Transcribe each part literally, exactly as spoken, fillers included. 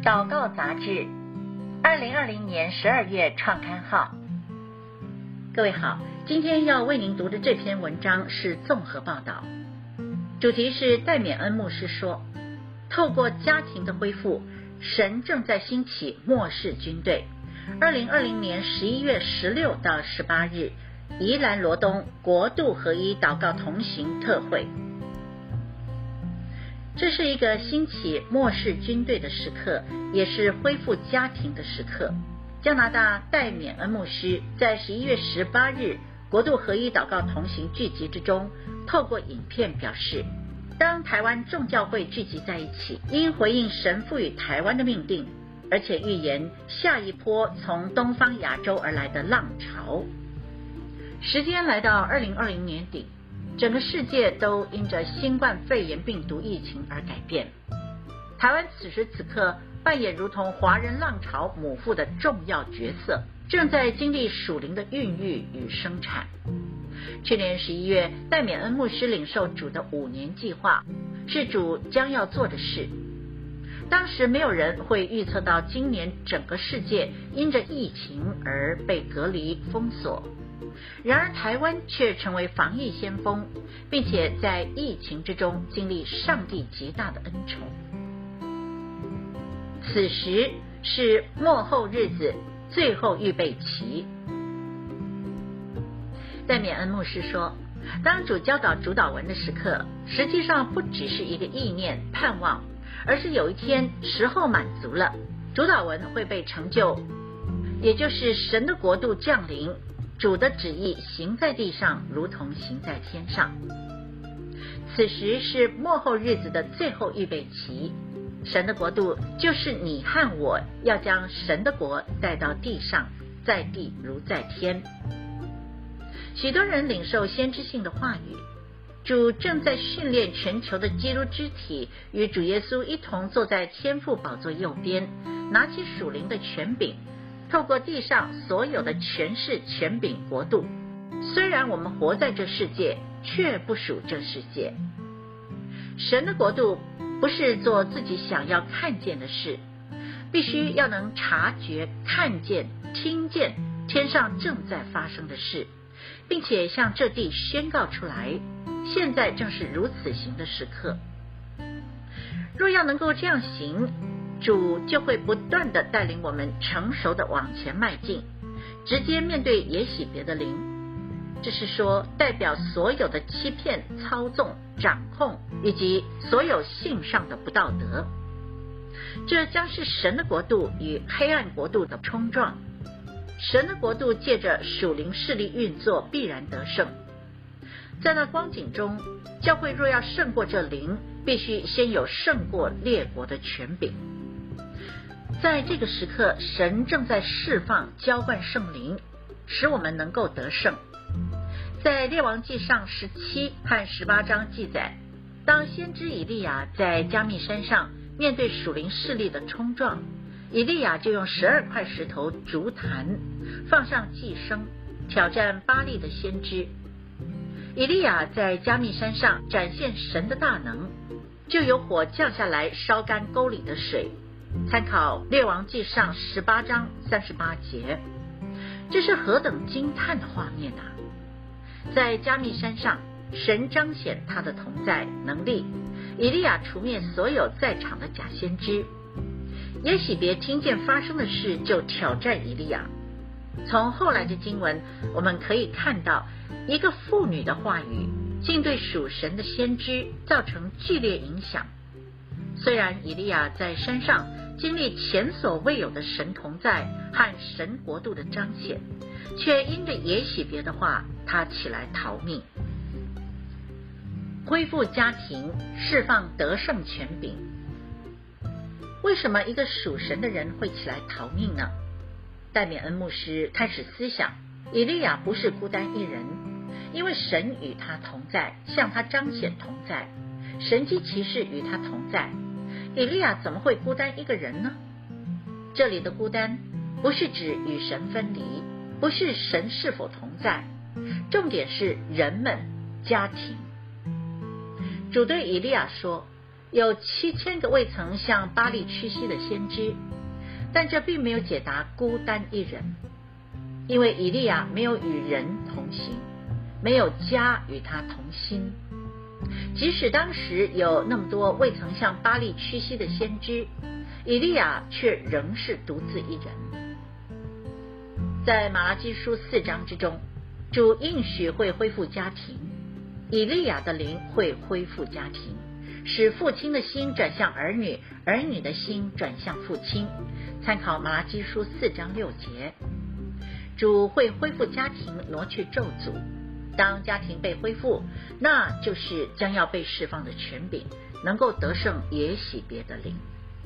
祷告杂志，二零二零年十二月创刊号。各位好，今天要为您读的这篇文章是综合报道，主题是戴冕恩牧师说，透过家庭的恢复，神正在兴起末世军队。二零二零年十一月十六到十八日，宜兰罗东国度合一祷告同行特会。这是一个兴起末世军队的时刻，也是恢复家庭的时刻。加拿大戴冕恩牧师在十一月十八日国度合一祷告同行聚集之中，透过影片表示，当台湾众教会聚集在一起，因回应神赋予台湾的命定，而且预言下一波从东方亚洲而来的浪潮。时间来到二零二零年底，整个世界都因着新冠肺炎病毒疫情而改变。台湾此时此刻扮演如同华人浪潮母父的重要角色，正在经历属灵的孕育与生产。去年十一月，戴冕恩牧师领受主的五年计划，是主将要做的事。当时没有人会预测到今年整个世界因着疫情而被隔离封锁，然而台湾却成为防疫先锋，并且在疫情之中经历上帝极大的恩宠。此时是末后日子最后预备期。戴冕恩牧师说，当主教导主祷文的时刻，实际上不只是一个意念盼望，而是有一天时候满足了，主祷文会被成就，也就是神的国度降临，主的旨意行在地上如同行在天上。此时是末后日子的最后预备期，神的国度就是你和我要将神的国带到地上，在地如在天。许多人领受先知性的话语，主正在训练全球的基督肢体，与主耶稣一同坐在天父宝座右边，拿起属灵的权柄，透过地上所有的权势、权柄、国度。虽然我们活在这世界，却不属这世界。神的国度不是做自己想要看见的事，必须要能察觉、看见、听见天上正在发生的事，并且向这地宣告出来，现在正是如此行的时刻。若要能够这样行，主就会不断地带领我们成熟地往前迈进，直接面对耶洗别的灵。这是说代表所有的欺骗、操纵、掌控以及所有性上的不道德。这将是神的国度与黑暗国度的冲撞。神的国度借着属灵势力运作，必然得胜。在那光景中，教会若要胜过这灵，必须先有胜过列国的权柄。在这个时刻，神正在释放浇灌圣灵，使我们能够得胜。在列王记上十七和十八章记载，当先知以利亚在加密山上面对属灵势力的冲撞，以利亚就用十二块石头竹坛放上祭牲，挑战巴力的先知。以利亚在加密山上展现神的大能，就有火降下来烧干沟里的水。参考列王记上十八章三十八节，这是何等惊叹的画面啊！在加密山上，神彰显他的同在能力，以利亚除灭所有在场的假先知。耶洗别听见发生的事，就挑战以利亚。从后来的经文我们可以看到，一个妇女的话语竟对属神的先知造成剧烈影响。虽然以利亚在山上经历前所未有的神同在和神国度的彰显，却因着耶洗别的话，他起来逃命。恢复家庭，释放得胜权柄。为什么一个属神的人会起来逃命呢？戴冕恩牧师开始思想，以利亚不是孤单一人，因为神与他同在，向他彰显同在，神迹奇事与他同在。以利亚怎么会孤单一个人呢？这里的孤单不是指与神分离，不是神是否同在，重点是人们、家庭。主对以利亚说， 有七千个未曾向巴力屈膝的先知，但这并没有解答孤单一人，因为以利亚没有与人同行，没有家与他同心。即使当时有那么多未曾向巴力屈膝的先知，以利亚却仍是独自一人。在马拉基书四章之中，主应许会恢复家庭，以利亚的灵会恢复家庭，使父亲的心转向儿女，儿女的心转向父亲。参考马拉基书四章六节。主会恢复家庭，挪去咒诅。当家庭被恢复，那就是将要被释放的权柄，能够得胜也洗别的灵。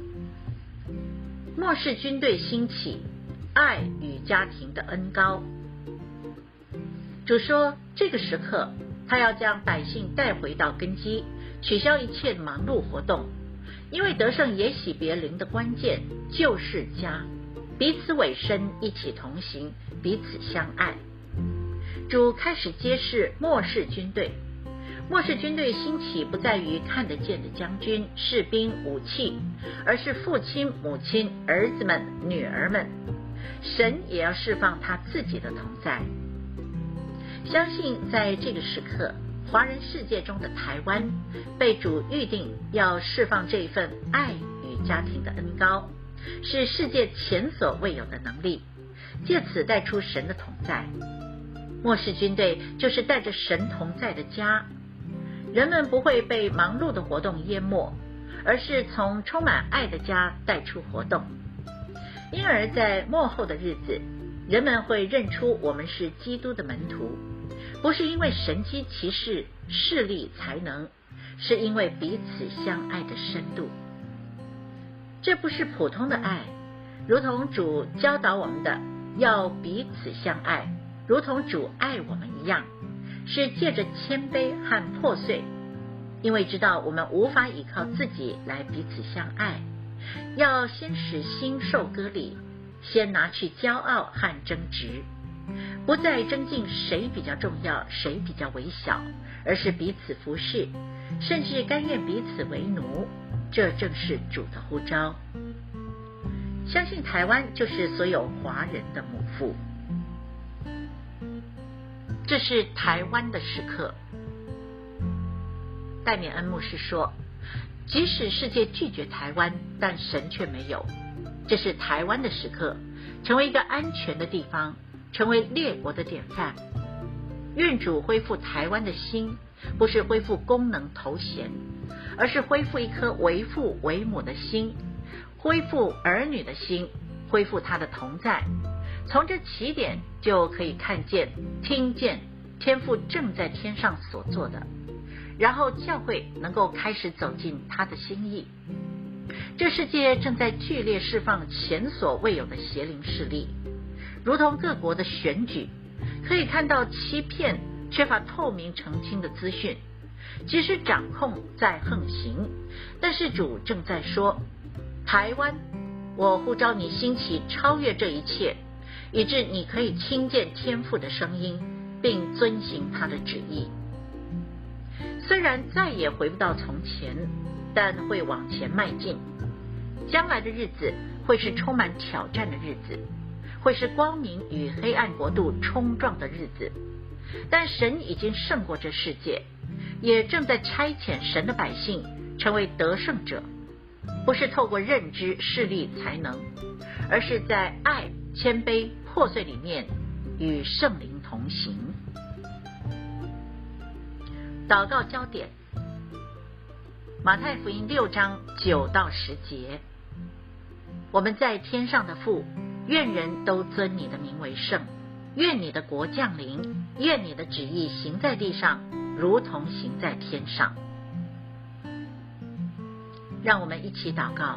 末世军队兴起，爱与家庭的恩膏。主说，这个时刻他要将百姓带回到根基，取消一切忙碌活动，因为得胜也洗别灵的关键就是家，彼此委身，一起同行，彼此相爱。主开始揭示末世军队。末世军队兴起不在于看得见的将军、士兵、武器，而是父亲、母亲、儿子们、女儿们。神也要释放他自己的同在。相信在这个时刻，华人世界中的台湾被主预定要释放这一份爱与家庭的恩膏，是世界前所未有的能力，借此带出神的同在。末世军队就是带着神同在的家，人们不会被忙碌的活动淹没，而是从充满爱的家带出活动。因而在末后的日子，人们会认出我们是基督的门徒，不是因为神迹奇事、势力才能，是因为彼此相爱的深度。这不是普通的爱，如同主教导我们的，要彼此相爱，如同主爱我们一样，是借着谦卑和破碎，因为知道我们无法依靠自己来彼此相爱，要先使心受割礼，先拿去骄傲和争执，不再争竞谁比较重要，谁比较微小，而是彼此服侍，甚至甘愿彼此为奴。这正是主的呼召。相信台湾就是所有华人的母父。这是台湾的时刻。戴冕恩牧师说，即使世界拒绝台湾，但神却没有。这是台湾的时刻，成为一个安全的地方，成为列国的典范。愿主恢复台湾的心，不是恢复功能头衔，而是恢复一颗为父为母的心，恢复儿女的心，恢复他的同在。从这起点就可以看见、听见天父正在天上所做的，然后教会能够开始走进他的心意。这世界正在剧烈释放前所未有的邪灵势力，如同各国的选举，可以看到欺骗、缺乏透明澄清的资讯，即使掌控在横行，但是主正在说，台湾，我呼召你兴起超越这一切，以致你可以听见天父的声音，并遵行他的旨意。虽然再也回不到从前，但会往前迈进。将来的日子会是充满挑战的日子，会是光明与黑暗国度冲撞的日子。但神已经胜过这世界，也正在差遣神的百姓成为得胜者，不是透过认知、势力、才能，而是在爱、谦卑、破碎里面与圣灵同行。祷告焦点，马太福音六章九到十节。我们在天上的父，愿人都尊你的名为圣，愿你的国降临，愿你的旨意行在地上，如同行在天上。让我们一起祷告。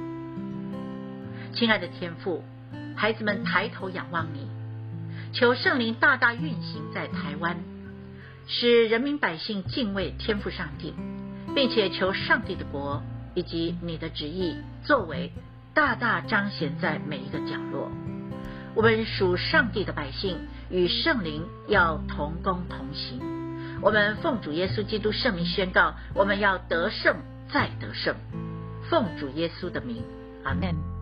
亲爱的天父，孩子们抬头仰望你，求圣灵大大运行在台湾，使人民百姓敬畏天父上帝，并且求上帝的国以及你的旨意作为大大彰显在每一个角落。我们属上帝的百姓与圣灵要同工同行。我们奉主耶稣基督圣名宣告，我们要得胜再得胜。奉主耶稣的名，阿们。